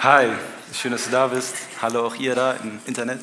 Hi, schön, dass du da bist. Hallo auch ihr da im Internet.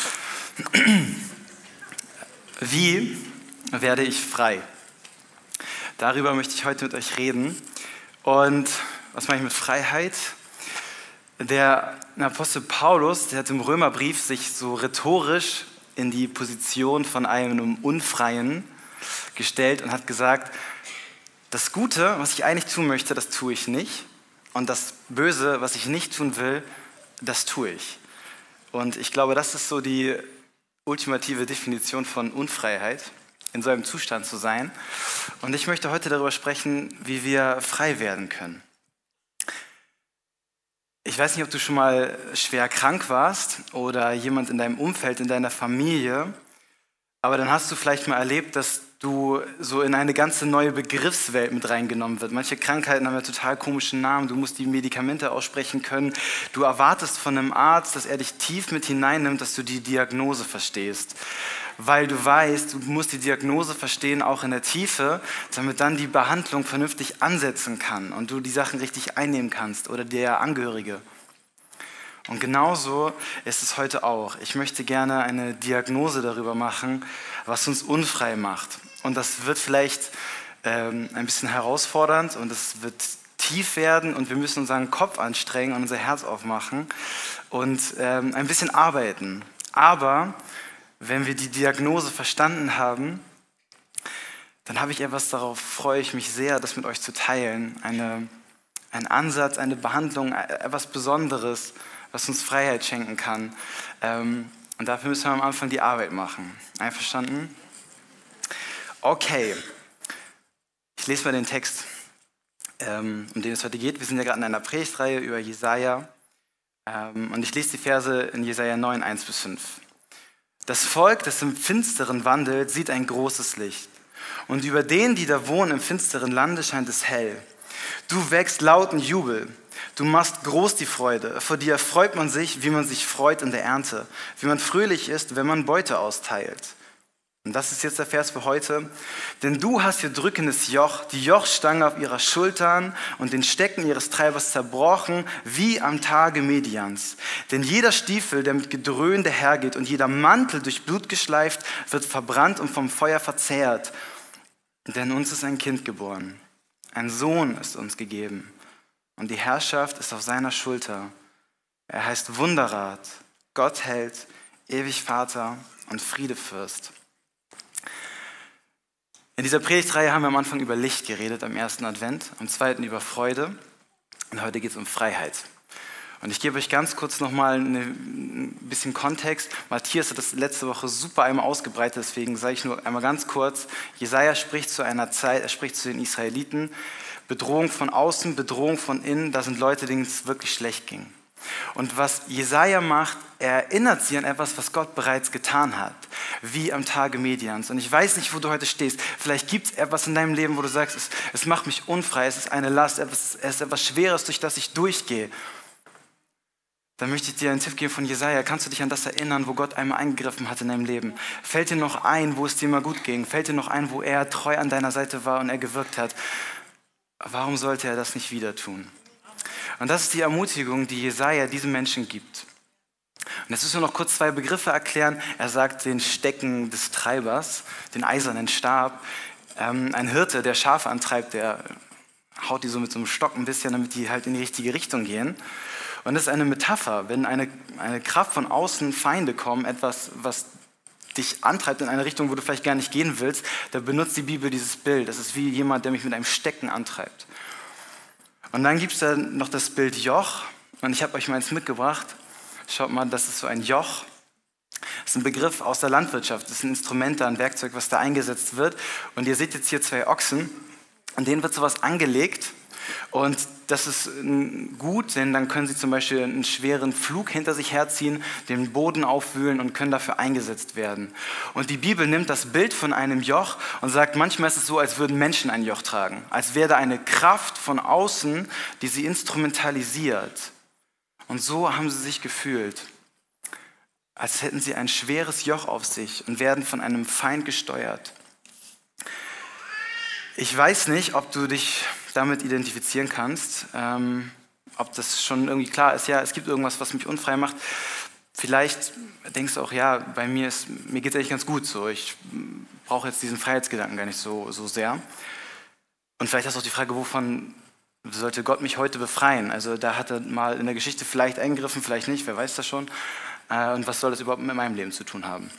Wie werde ich frei? Darüber möchte ich heute mit euch reden. Und was meine ich mit Freiheit? Der Apostel Paulus, der hat im Römerbrief sich so rhetorisch in die Position von einem Unfreien gestellt und hat gesagt, das Gute, was ich eigentlich tun möchte, das tue ich nicht. Und das Böse, was ich nicht tun will, das tue ich. Und ich glaube, das ist so die ultimative Definition von Unfreiheit, in so einem Zustand zu sein. Und ich möchte heute darüber sprechen, wie wir frei werden können. Ich weiß nicht, ob du schon mal schwer krank warst oder jemand in deinem Umfeld, in deiner Familie, aber dann hast du vielleicht mal erlebt, dass du so in eine ganze neue Begriffswelt mit reingenommen wird. Manche Krankheiten haben ja total komische Namen, du musst die Medikamente aussprechen können. Du erwartest von einem Arzt, dass er dich tief mit hineinnimmt, dass du die Diagnose verstehst. Weil du weißt, du musst die Diagnose verstehen, auch in der Tiefe, damit dann die Behandlung vernünftig ansetzen kann und du die Sachen richtig einnehmen kannst oder der Angehörige. Und genauso ist es heute auch. Ich möchte gerne eine Diagnose darüber machen, was uns unfrei macht. Und das wird vielleicht ein bisschen herausfordernd und es wird tief werden und wir müssen unseren Kopf anstrengen und unser Herz aufmachen und ein bisschen arbeiten. Aber wenn wir die Diagnose verstanden haben, dann habe ich etwas, darauf freue ich mich sehr, das mit euch zu teilen. Ein Ansatz, eine Behandlung, etwas Besonderes, was uns Freiheit schenken kann. Und dafür müssen wir am Anfang die Arbeit machen. Einverstanden? Okay. Ich lese mal den Text, um den es heute geht. Wir sind ja gerade in einer Predigtreihe über Jesaja. Und ich lese die Verse in Jesaja 9, 1-5. Das Volk, das im Finsteren wandelt, sieht ein großes Licht. Und über denen, die da wohnen im finsteren Lande, scheint es hell. Du wächst lauten Jubel. Du machst groß die Freude. Vor dir freut man sich, wie man sich freut in der Ernte. Wie man fröhlich ist, wenn man Beute austeilt. Und das ist jetzt der Vers für heute. Denn du hast ihr drückendes Joch, die Jochstange auf ihrer Schultern und den Stecken ihres Treibers zerbrochen, wie am Tage Medians. Denn jeder Stiefel, der mit Gedröhn dahergeht und jeder Mantel durch Blut geschleift, wird verbrannt und vom Feuer verzehrt. Denn uns ist ein Kind geboren. Ein Sohn ist uns gegeben. Und die Herrschaft ist auf seiner Schulter. Er heißt Wunderrat, Gottheld, ewig Vater und Friedefürst. In dieser Predigtreihe haben wir am Anfang über Licht geredet, am ersten Advent, am zweiten über Freude und heute geht es um Freiheit. Und ich gebe euch ganz kurz nochmal ein bisschen Kontext. Matthias hat das letzte Woche super einmal ausgebreitet, deswegen sage ich nur einmal ganz kurz. Jesaja spricht zu einer Zeit, er spricht zu den Israeliten, Bedrohung von außen, Bedrohung von innen, da sind Leute, denen es wirklich schlecht ging. Und was Jesaja macht, er erinnert sie an etwas, was Gott bereits getan hat, wie am Tage Medians. Und ich weiß nicht, wo du heute stehst. Vielleicht gibt es etwas in deinem Leben, wo du sagst, es macht mich unfrei, es ist eine Last, es ist etwas Schweres, durch das ich durchgehe. Dann möchte ich dir einen Tipp geben von Jesaja. Kannst du dich an das erinnern, wo Gott einmal eingegriffen hat in deinem Leben? Fällt dir noch ein, wo es dir mal gut ging? Fällt dir noch ein, wo er treu an deiner Seite war und er gewirkt hat? Warum sollte er das nicht wieder tun? Und das ist die Ermutigung, die Jesaja diesen Menschen gibt. Und jetzt müssen wir noch kurz zwei Begriffe erklären. Er sagt den Stecken des Treibers, den eisernen Stab. Ein Hirte, der Schafe antreibt, der haut die so mit so einem Stock ein bisschen, damit die halt in die richtige Richtung gehen. Und das ist eine Metapher. Wenn eine Kraft von außen, Feinde kommen, etwas, was dich antreibt in eine Richtung, wo du vielleicht gar nicht gehen willst, da benutzt die Bibel dieses Bild. Das ist wie jemand, der mich mit einem Stecken antreibt. Und dann gibt es da noch das Bild Joch. Und ich habe euch mal eins mitgebracht. Schaut mal, das ist so ein Joch. Das ist ein Begriff aus der Landwirtschaft. Das ist ein Instrument, ein Werkzeug, was da eingesetzt wird. Und ihr seht jetzt hier zwei Ochsen. An denen wird sowas angelegt. Und das ist gut, denn dann können sie zum Beispiel einen schweren Pflug hinter sich herziehen, den Boden aufwühlen und können dafür eingesetzt werden. Und die Bibel nimmt das Bild von einem Joch und sagt, manchmal ist es so, als würden Menschen ein Joch tragen. Als wäre da eine Kraft von außen, die sie instrumentalisiert. Und so haben sie sich gefühlt, als hätten sie ein schweres Joch auf sich und werden von einem Feind gesteuert. Ich weiß nicht, ob du dich damit identifizieren kannst, ob das schon irgendwie klar ist, ja, es gibt irgendwas, was mich unfrei macht. Vielleicht denkst du auch, ja, mir geht es eigentlich ganz gut so. Ich brauche jetzt diesen Freiheitsgedanken gar nicht so sehr. Und vielleicht hast du auch die Frage, wovon sollte Gott mich heute befreien? Also da hat er mal in der Geschichte vielleicht eingegriffen, vielleicht nicht, wer weiß das schon. Und was soll das überhaupt mit meinem Leben zu tun haben?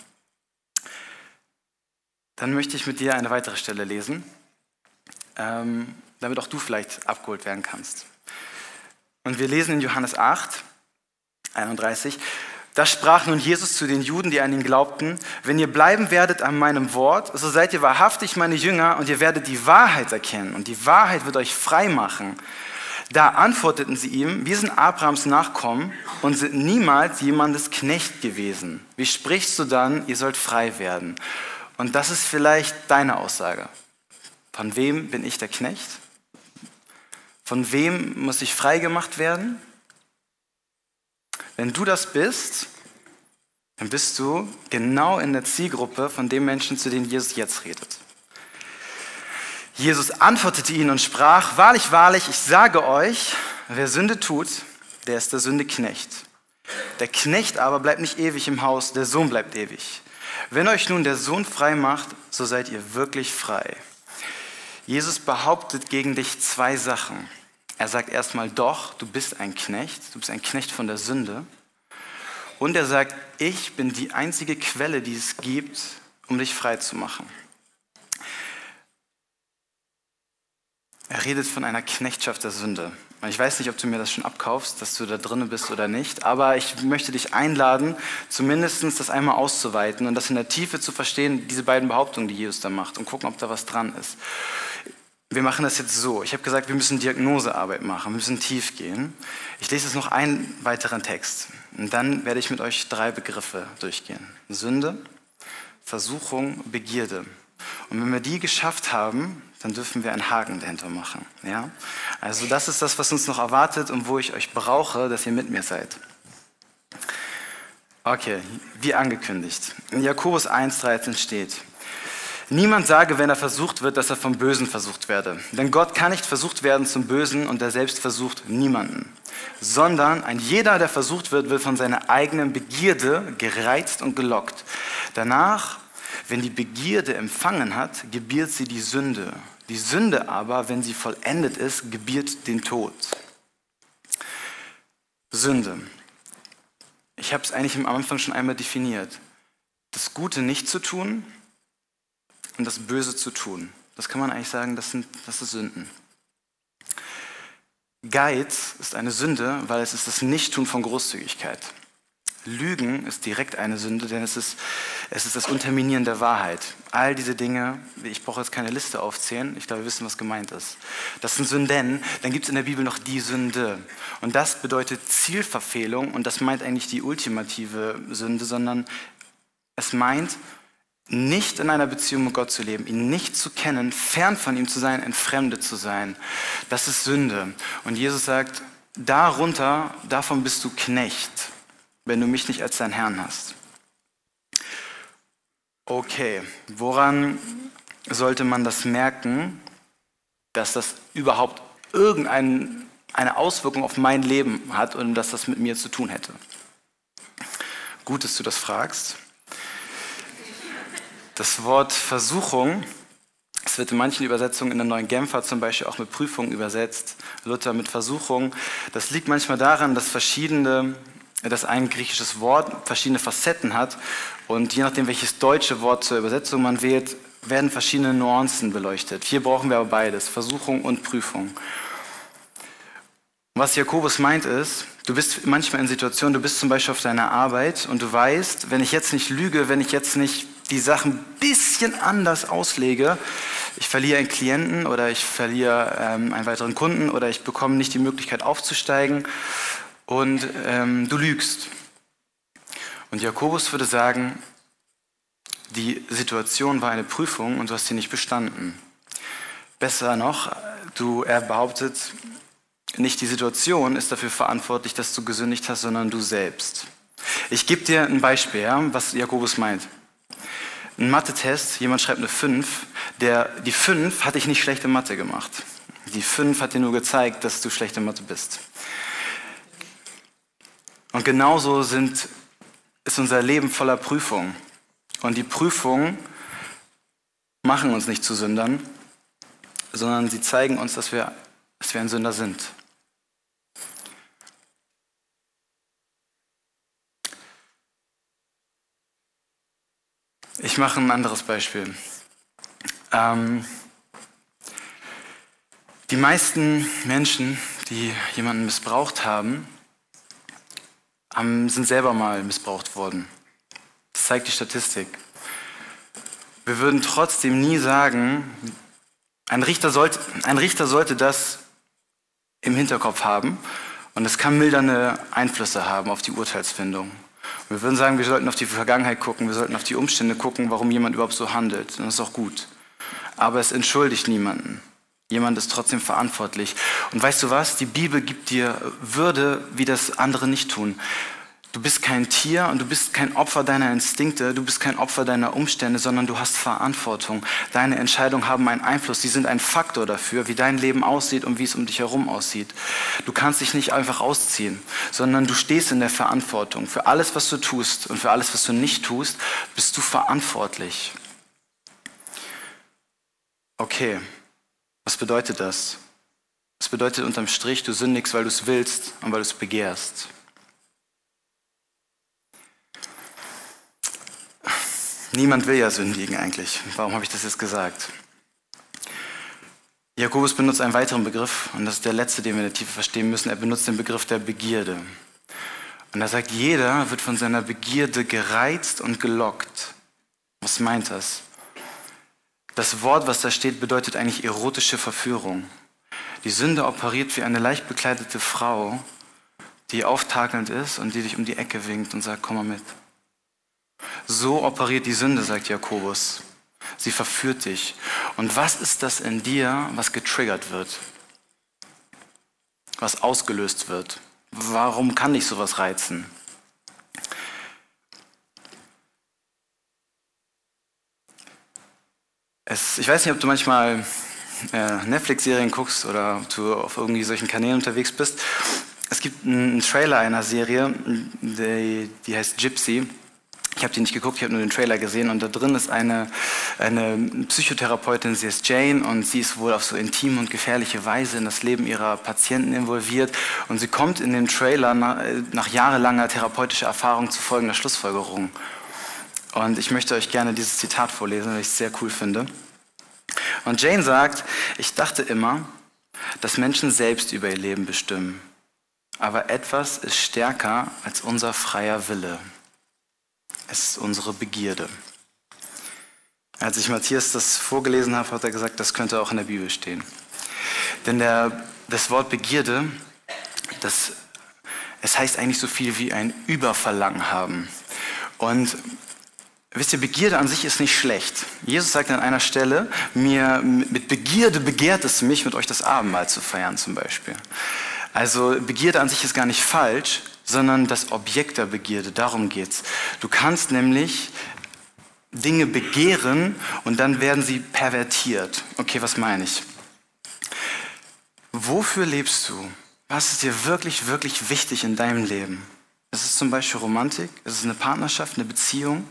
Dann möchte ich mit dir eine weitere Stelle lesen, damit auch du vielleicht abgeholt werden kannst. Und wir lesen in Johannes 8, 31. Da sprach nun Jesus zu den Juden, die an ihn glaubten: Wenn ihr bleiben werdet an meinem Wort, so seid ihr wahrhaftig meine Jünger und ihr werdet die Wahrheit erkennen und die Wahrheit wird euch frei machen. Da antworteten sie ihm: Wir sind Abrahams Nachkommen und sind niemals jemandes Knecht gewesen. Wie sprichst du dann, ihr sollt frei werden? Und das ist vielleicht deine Aussage. Von wem bin ich der Knecht? Von wem muss ich frei gemacht werden? Wenn du das bist, dann bist du genau in der Zielgruppe von den Menschen, zu denen Jesus jetzt redet. Jesus antwortete ihnen und sprach: Wahrlich, wahrlich, ich sage euch, wer Sünde tut, der ist der Sünde Knecht. Der Knecht aber bleibt nicht ewig im Haus, der Sohn bleibt ewig. Wenn euch nun der Sohn frei macht, so seid ihr wirklich frei. Jesus behauptet gegen dich zwei Sachen. Er sagt erstmal, doch, du bist ein Knecht von der Sünde. Und er sagt, ich bin die einzige Quelle, die es gibt, um dich frei zu machen. Er redet von einer Knechtschaft der Sünde. Und ich weiß nicht, ob du mir das schon abkaufst, dass du da drin bist oder nicht, aber ich möchte dich einladen, zumindest das einmal auszuweiten und das in der Tiefe zu verstehen, diese beiden Behauptungen, die Jesus da macht, und gucken, ob da was dran ist. Wir machen das jetzt so. Ich habe gesagt, wir müssen Diagnosearbeit machen, wir müssen tief gehen. Ich lese jetzt noch einen weiteren Text. Und dann werde ich mit euch 3 Begriffe durchgehen. Sünde, Versuchung, Begierde. Und wenn wir die geschafft haben, dann dürfen wir einen Haken dahinter machen. Ja? Also das ist das, was uns noch erwartet und wo ich euch brauche, dass ihr mit mir seid. Okay, wie angekündigt. In Jakobus 1,13 steht: Niemand sage, wenn er versucht wird, dass er vom Bösen versucht werde. Denn Gott kann nicht versucht werden zum Bösen und er selbst versucht niemanden. Sondern ein jeder, der versucht wird, wird von seiner eigenen Begierde gereizt und gelockt. Danach, wenn die Begierde empfangen hat, gebiert sie die Sünde. Die Sünde aber, wenn sie vollendet ist, gebiert den Tod. Sünde. Ich habe es eigentlich am Anfang schon einmal definiert. Das Gute nicht zu tun und das Böse zu tun. Das kann man eigentlich sagen, das ist Sünden. Geiz ist eine Sünde, weil es ist das Nichttun von Großzügigkeit. Lügen ist direkt eine Sünde, denn es ist das Unterminieren der Wahrheit. All diese Dinge, ich brauche jetzt keine Liste aufzählen, ich glaube, wir wissen, was gemeint ist. Das sind Sünden, dann gibt es in der Bibel noch die Sünde. Und das bedeutet Zielverfehlung und das meint eigentlich die ultimative Sünde, sondern es meint, nicht in einer Beziehung mit Gott zu leben, ihn nicht zu kennen, fern von ihm zu sein, entfremdet zu sein. Das ist Sünde. Und Jesus sagt, davon bist du Knecht, wenn du mich nicht als deinen Herrn hast. Okay, woran sollte man das merken, dass das überhaupt irgendeine Auswirkung auf mein Leben hat und dass das mit mir zu tun hätte? Gut, dass du das fragst. Das Wort Versuchung, es wird in manchen Übersetzungen in der Neuen Genfer zum Beispiel auch mit Prüfung übersetzt, Luther mit Versuchung. Das liegt manchmal daran, dass ein griechisches Wort verschiedene Facetten hat und je nachdem, welches deutsche Wort zur Übersetzung man wählt, werden verschiedene Nuancen beleuchtet. Hier brauchen wir aber beides, Versuchung und Prüfung. Was Jakobus meint ist, du bist manchmal in Situationen, du bist zum Beispiel auf deiner Arbeit und du weißt, wenn ich jetzt nicht lüge, wenn ich jetzt nicht die Sachen ein bisschen anders auslege, ich verliere einen Klienten oder ich verliere einen weiteren Kunden oder ich bekomme nicht die Möglichkeit aufzusteigen und du lügst. Und Jakobus würde sagen, die Situation war eine Prüfung und du hast sie nicht bestanden. Besser noch, er behauptet, nicht die Situation ist dafür verantwortlich, dass du gesündigt hast, sondern du selbst. Ich gebe dir ein Beispiel, was Jakobus meint. Ein Mathe-Test, jemand schreibt eine 5, die 5 hat dich nicht schlecht in Mathe gemacht. Die 5 hat dir nur gezeigt, dass du schlecht in Mathe bist. Und genauso ist unser Leben voller Prüfungen. Und die Prüfungen machen uns nicht zu Sündern, sondern sie zeigen uns, dass wir ein Sünder sind. Ich mache ein anderes Beispiel. Die meisten Menschen, die jemanden missbraucht haben, sind selber mal missbraucht worden. Das zeigt die Statistik. Wir würden trotzdem nie sagen, ein Richter sollte das im Hinterkopf haben und es kann mildernde Einflüsse haben auf die Urteilsfindung. Wir würden sagen, wir sollten auf die Vergangenheit gucken, wir sollten auf die Umstände gucken, warum jemand überhaupt so handelt. Und das ist auch gut. Aber es entschuldigt niemanden. Jemand ist trotzdem verantwortlich. Und weißt du was? Die Bibel gibt dir Würde, wie das andere nicht tun. Du bist kein Tier und du bist kein Opfer deiner Instinkte, du bist kein Opfer deiner Umstände, sondern du hast Verantwortung. Deine Entscheidungen haben einen Einfluss, sie sind ein Faktor dafür, wie dein Leben aussieht und wie es um dich herum aussieht. Du kannst dich nicht einfach ausziehen, sondern du stehst in der Verantwortung. Für alles, was du tust und für alles, was du nicht tust, bist du verantwortlich. Okay, was bedeutet das? Das bedeutet unterm Strich, du sündigst, weil du es willst und weil du es begehrst. Niemand will ja sündigen eigentlich. Warum habe ich das jetzt gesagt? Jakobus benutzt einen weiteren Begriff und das ist der letzte, den wir in der Tiefe verstehen müssen. Er benutzt den Begriff der Begierde. Und er sagt, jeder wird von seiner Begierde gereizt und gelockt. Was meint das? Das Wort, was da steht, bedeutet eigentlich erotische Verführung. Die Sünde operiert wie eine leicht bekleidete Frau, die auftakelnd ist und die dich um die Ecke winkt und sagt, komm mal mit. So operiert die Sünde, sagt Jakobus. Sie verführt dich. Und was ist das in dir, was getriggert wird? Was ausgelöst wird? Warum kann dich sowas reizen? Ich weiß nicht, ob du manchmal Netflix-Serien guckst oder ob du auf irgendwie solchen Kanälen unterwegs bist. Es gibt einen Trailer einer Serie, die heißt Gypsy. Ich habe die nicht geguckt, ich habe nur den Trailer gesehen und da drin ist eine Psychotherapeutin, sie ist Jane und sie ist wohl auf so intime und gefährliche Weise in das Leben ihrer Patienten involviert und sie kommt in dem Trailer nach jahrelanger therapeutischer Erfahrung zu folgender Schlussfolgerung. Und ich möchte euch gerne dieses Zitat vorlesen, weil ich es sehr cool finde. Und Jane sagt, ich dachte immer, dass Menschen selbst über ihr Leben bestimmen, aber etwas ist stärker als unser freier Wille. Es ist unsere Begierde. Als ich Matthias das vorgelesen habe, hat er gesagt, das könnte auch in der Bibel stehen. Denn das Wort Begierde, es heißt eigentlich so viel wie ein Überverlangen haben. Und wisst ihr, Begierde an sich ist nicht schlecht. Jesus sagt an einer Stelle, mit Begierde begehrt es mich, mit euch das Abendmahl zu feiern zum Beispiel. Also Begierde an sich ist gar nicht falsch, sondern das Objekt der Begierde, darum geht's. Du kannst nämlich Dinge begehren und dann werden sie pervertiert. Okay, was meine ich? Wofür lebst du? Was ist dir wirklich, wirklich wichtig in deinem Leben? Ist es zum Beispiel Romantik? Ist es eine Partnerschaft, eine Beziehung?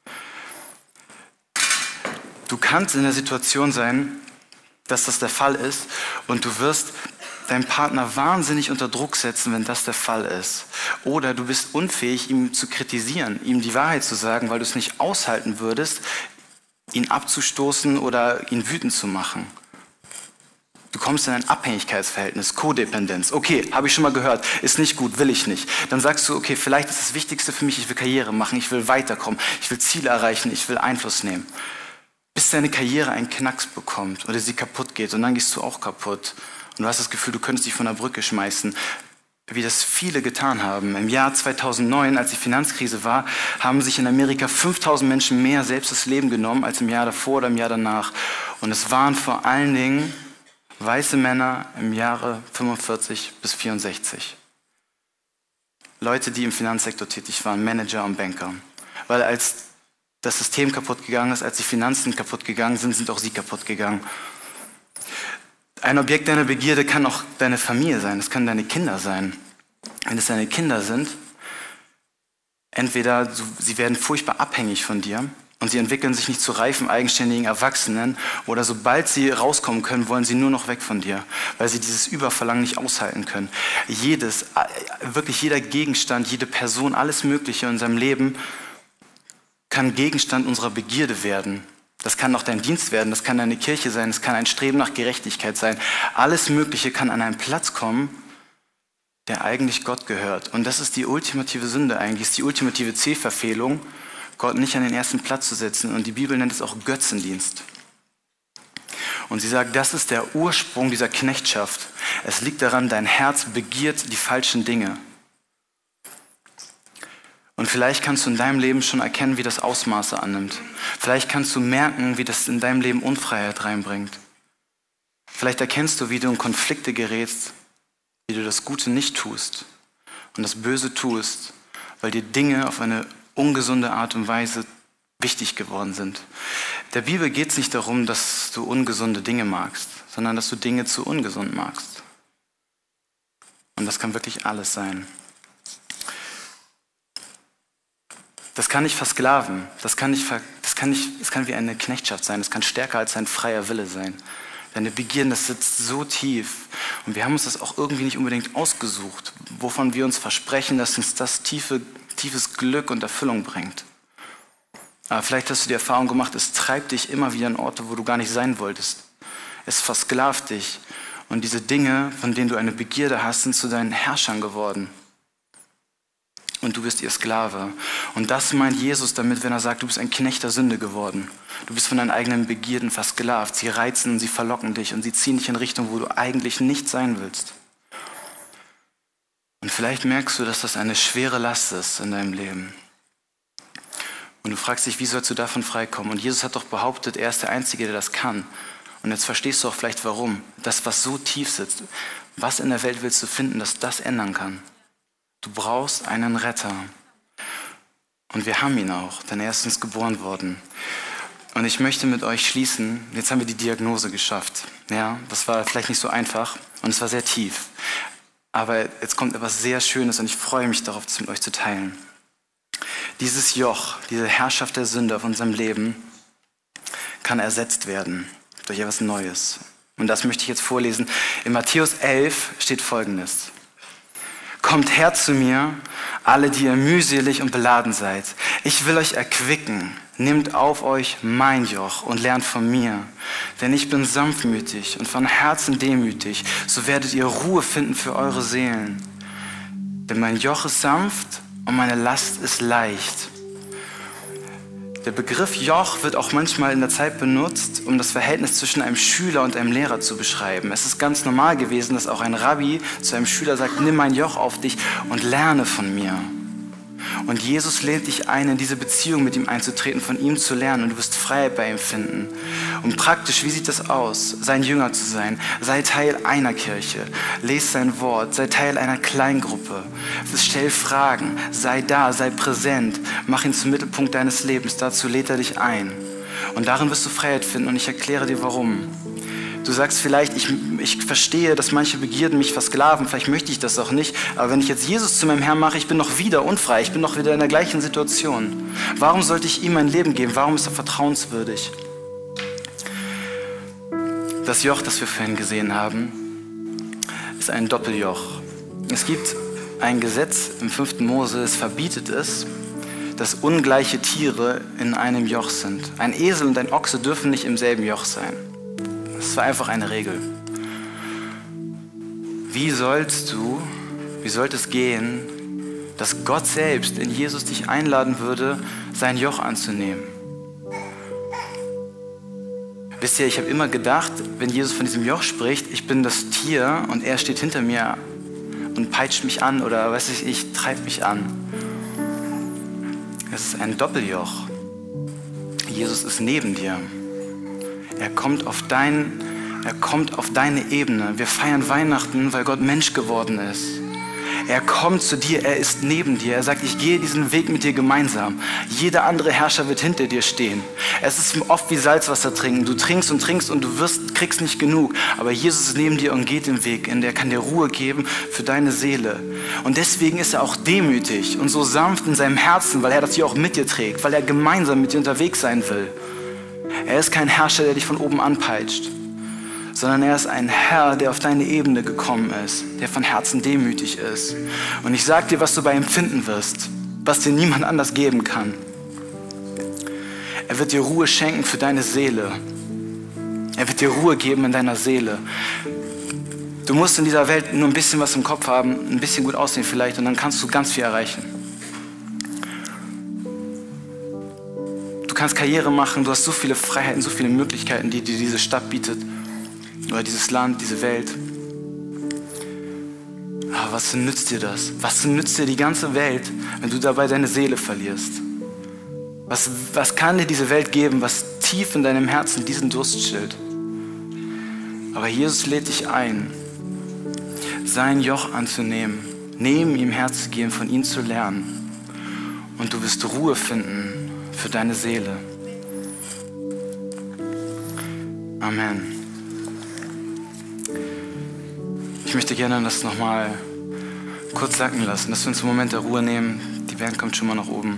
Du kannst in der Situation sein, dass das der Fall ist und du wirst deinen Partner wahnsinnig unter Druck setzen, wenn das der Fall ist. Oder du bist unfähig, ihn zu kritisieren, ihm die Wahrheit zu sagen, weil du es nicht aushalten würdest, ihn abzustoßen oder ihn wütend zu machen. Du kommst in ein Abhängigkeitsverhältnis, Kodependenz. Okay, habe ich schon mal gehört, ist nicht gut, will ich nicht. Dann sagst du, okay, vielleicht ist das Wichtigste für mich, ich will Karriere machen, ich will weiterkommen, ich will Ziele erreichen, ich will Einfluss nehmen. Bis deine Karriere einen Knacks bekommt oder sie kaputt geht und dann gehst du auch kaputt. Und du hast das Gefühl, du könntest dich von der Brücke schmeißen, wie das viele getan haben. Im Jahr 2009, als die Finanzkrise war, haben sich in Amerika 5000 Menschen mehr selbst das Leben genommen als im Jahr davor oder im Jahr danach. Und es waren vor allen Dingen weiße Männer im Jahre 45 bis 64. Leute, die im Finanzsektor tätig waren, Manager und Banker. Weil als das System kaputt gegangen ist, als die Finanzen kaputt gegangen sind, sind auch sie kaputt gegangen. Ein Objekt deiner Begierde kann auch deine Familie sein, es können deine Kinder sein. Wenn es deine Kinder sind, Entweder sie werden furchtbar abhängig von dir und sie entwickeln sich nicht zu reifen, eigenständigen Erwachsenen, oder sobald sie rauskommen können, wollen sie nur noch weg von dir, weil sie dieses Überverlangen nicht aushalten können. Wirklich jeder Gegenstand, jede Person, alles Mögliche in unserem Leben kann Gegenstand unserer Begierde werden. Das kann auch dein Dienst werden, das kann deine Kirche sein, das kann ein Streben nach Gerechtigkeit sein. Alles Mögliche kann an einen Platz kommen, der eigentlich Gott gehört. Und das ist die ultimative Sünde eigentlich, ist die ultimative Zielverfehlung, Gott nicht an den ersten Platz zu setzen. Und die Bibel nennt es auch Götzendienst. Und sie sagt, das ist der Ursprung dieser Knechtschaft. Es liegt daran, dein Herz begiert die falschen Dinge. Und vielleicht kannst du in deinem Leben schon erkennen, wie das Ausmaße annimmt. Vielleicht kannst du merken, wie das in deinem Leben Unfreiheit reinbringt. Vielleicht erkennst du, wie du in Konflikte gerätst, wie du das Gute nicht tust und das Böse tust, weil dir Dinge auf eine ungesunde Art und Weise wichtig geworden sind. Der Bibel geht es nicht darum, dass du ungesunde Dinge magst, sondern dass du Dinge zu ungesund magst. Und das kann wirklich alles sein. Das kann nicht versklaven, das kann wie eine Knechtschaft sein, das kann stärker als ein freier Wille sein. Deine Begierden, das sitzt so tief. Und wir haben uns das auch irgendwie nicht unbedingt ausgesucht, wovon wir uns versprechen, dass uns das tiefes Glück und Erfüllung bringt. Aber vielleicht hast du die Erfahrung gemacht, es treibt dich immer wieder an Orte, wo du gar nicht sein wolltest. Es versklavt dich. Und diese Dinge, von denen du eine Begierde hast, sind zu deinen Herrschern geworden. Und du bist ihr Sklave. Und das meint Jesus damit, wenn er sagt, du bist ein Knecht der Sünde geworden. Du bist von deinen eigenen Begierden versklavt. Sie reizen und sie verlocken dich und sie ziehen dich in Richtung, wo du eigentlich nicht sein willst. Und vielleicht merkst du, dass das eine schwere Last ist in deinem Leben. Und du fragst dich, wie sollst du davon freikommen? Und Jesus hat doch behauptet, er ist der Einzige, der das kann. Und jetzt verstehst du auch vielleicht, warum. Das, was so tief sitzt. Was in der Welt willst du finden, das das ändern kann? Du brauchst einen Retter. Und wir haben ihn auch, denn er ist uns geboren worden. Und ich möchte mit euch schließen, jetzt haben wir die Diagnose geschafft. Ja, das war vielleicht nicht so einfach und es war sehr tief. Aber jetzt kommt etwas sehr Schönes und ich freue mich darauf, das mit euch zu teilen. Dieses Joch, diese Herrschaft der Sünde auf unserem Leben kann ersetzt werden durch etwas Neues. Und das möchte ich jetzt vorlesen. In Matthäus 11 steht Folgendes. Kommt her zu mir, alle, die ihr mühselig und beladen seid. Ich will euch erquicken. Nehmt auf euch mein Joch und lernt von mir. Denn ich bin sanftmütig und von Herzen demütig. So werdet ihr Ruhe finden für eure Seelen. Denn mein Joch ist sanft und meine Last ist leicht. Der Begriff Joch wird auch manchmal in der Zeit benutzt, um das Verhältnis zwischen einem Schüler und einem Lehrer zu beschreiben. Es ist ganz normal gewesen, dass auch ein Rabbi zu einem Schüler sagt, nimm mein Joch auf dich und lerne von mir. Und Jesus lädt dich ein, in diese Beziehung mit ihm einzutreten, von ihm zu lernen und du wirst Freiheit bei ihm finden. Und praktisch, wie sieht das aus? Sein Jünger zu sein. Sei Teil einer Kirche. Lies sein Wort. Sei Teil einer Kleingruppe. Stell Fragen. Sei da, sei präsent. Mach ihn zum Mittelpunkt deines Lebens. Dazu lädt er dich ein. Und darin wirst du Freiheit finden und ich erkläre dir, warum. Du sagst vielleicht, ich verstehe, dass manche Begierden mich versklaven, vielleicht möchte ich das auch nicht, aber wenn ich jetzt Jesus zu meinem Herrn mache, ich bin noch wieder unfrei, ich bin noch wieder in der gleichen Situation. Warum sollte ich ihm mein Leben geben? Warum ist er vertrauenswürdig? Das Joch, das wir vorhin gesehen haben, ist ein Doppeljoch. Es gibt ein Gesetz im 5. Mose, es verbietet es, dass ungleiche Tiere in einem Joch sind. Ein Esel und ein Ochse dürfen nicht im selben Joch sein. Das war einfach eine Regel. Wie sollte es gehen, dass Gott selbst in Jesus dich einladen würde, sein Joch anzunehmen? Wisst ihr, ich habe immer gedacht, wenn Jesus von diesem Joch spricht, ich bin das Tier und er steht hinter mir und peitscht mich an oder treibt mich an. Es ist ein Doppeljoch. Jesus ist neben dir. Er kommt auf deine Ebene. Wir feiern Weihnachten, weil Gott Mensch geworden ist. Er kommt zu dir, er ist neben dir. Er sagt, ich gehe diesen Weg mit dir gemeinsam. Jeder andere Herrscher wird hinter dir stehen. Es ist oft wie Salzwasser trinken. Du trinkst und trinkst und du kriegst nicht genug. Aber Jesus ist neben dir und geht den Weg. Und er kann dir Ruhe geben für deine Seele. Und deswegen ist er auch demütig und so sanft in seinem Herzen, weil er das hier auch mit dir trägt, weil er gemeinsam mit dir unterwegs sein will. Er ist kein Herrscher, der dich von oben anpeitscht, sondern er ist ein Herr, der auf deine Ebene gekommen ist, der von Herzen demütig ist. Und ich sage dir, was du bei ihm finden wirst, was dir niemand anders geben kann. Er wird dir Ruhe schenken für deine Seele. Er wird dir Ruhe geben in deiner Seele. Du musst in dieser Welt nur ein bisschen was im Kopf haben, ein bisschen gut aussehen vielleicht, und dann kannst du ganz viel erreichen. Du kannst Karriere machen, du hast so viele Freiheiten, so viele Möglichkeiten, die dir diese Stadt bietet oder dieses Land, diese Welt. Aber was nützt dir das? Was nützt dir die ganze Welt, wenn du dabei deine Seele verlierst? Was kann dir diese Welt geben, was tief in deinem Herzen diesen Durst stillt? Aber Jesus lädt dich ein, sein Joch anzunehmen, neben ihm herzugehen, von ihm zu lernen. Und du wirst Ruhe finden für deine Seele. Amen. Ich möchte gerne das nochmal kurz sacken lassen, dass wir uns einen Moment der Ruhe nehmen. Die Band kommt schon mal nach oben.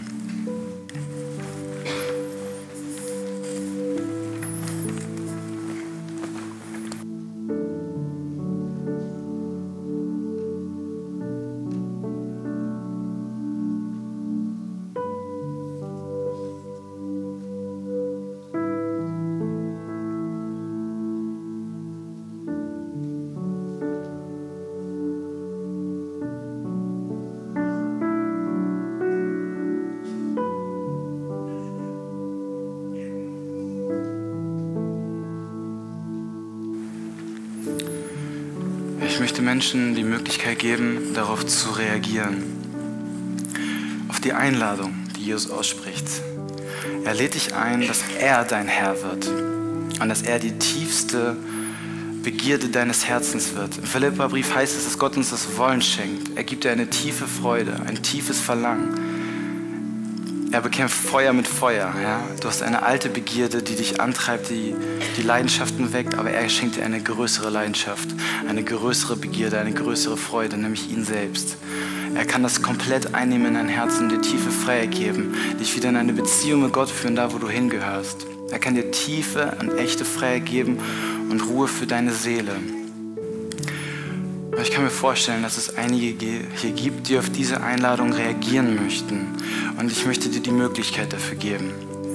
Ich möchte Menschen die Möglichkeit geben, darauf zu reagieren. Auf die Einladung, die Jesus ausspricht. Er lädt dich ein, dass er dein Herr wird und dass er die tiefste Begierde deines Herzens wird. Im Philipperbrief heißt es, dass Gott uns das Wollen schenkt. Er gibt dir eine tiefe Freude, ein tiefes Verlangen. Er bekämpft Feuer mit Feuer. Ja? Du hast eine alte Begierde, die dich antreibt, die Leidenschaften weckt, aber er schenkt dir eine größere Leidenschaft, eine größere Begierde, eine größere Freude, nämlich ihn selbst. Er kann das komplett einnehmen in dein Herz und dir tiefe Freiheit geben, dich wieder in eine Beziehung mit Gott führen, da wo du hingehörst. Er kann dir tiefe und echte Freiheit geben und Ruhe für deine Seele. Aber ich kann mir vorstellen, dass es einige hier gibt, die auf diese Einladung reagieren möchten. Und ich möchte dir die Möglichkeit dafür geben.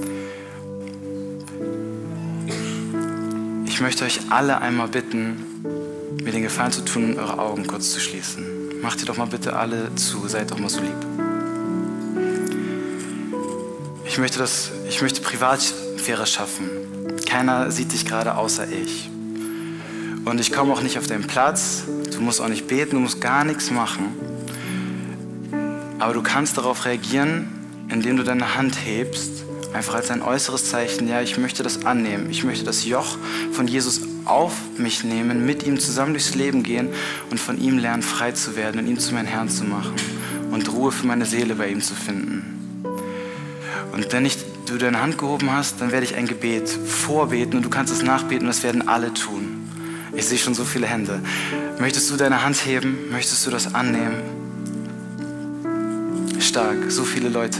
Ich möchte euch alle einmal bitten, mir den Gefallen zu tun und eure Augen kurz zu schließen. Macht ihr doch mal bitte alle zu, seid doch mal so lieb. Ich möchte Privatsphäre schaffen. Keiner sieht dich gerade außer ich. Und ich komme auch nicht auf deinen Platz. Du musst auch nicht beten, du musst gar nichts machen. Aber du kannst darauf reagieren, indem du deine Hand hebst, einfach als ein äußeres Zeichen, ja, ich möchte das annehmen. Ich möchte das Joch von Jesus auf mich nehmen, mit ihm zusammen durchs Leben gehen und von ihm lernen, frei zu werden und ihn zu meinem Herrn zu machen und Ruhe für meine Seele bei ihm zu finden. Und wenn du deine Hand gehoben hast, dann werde ich ein Gebet vorbeten und du kannst es nachbeten und das werden alle tun. Ich sehe schon so viele Hände. Möchtest du deine Hand heben? Möchtest du das annehmen? Stark, so viele Leute.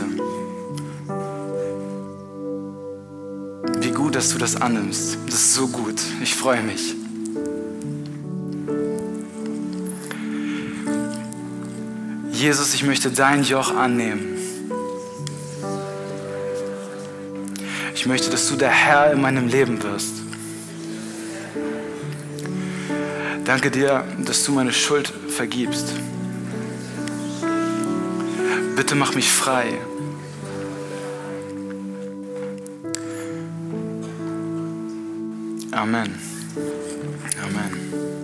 Wie gut, dass du das annimmst. Das ist so gut. Ich freue mich. Jesus, ich möchte dein Joch annehmen. Ich möchte, dass du der Herr in meinem Leben wirst. Danke dir, dass du meine Schuld vergibst. Bitte mach mich frei. Amen. Amen.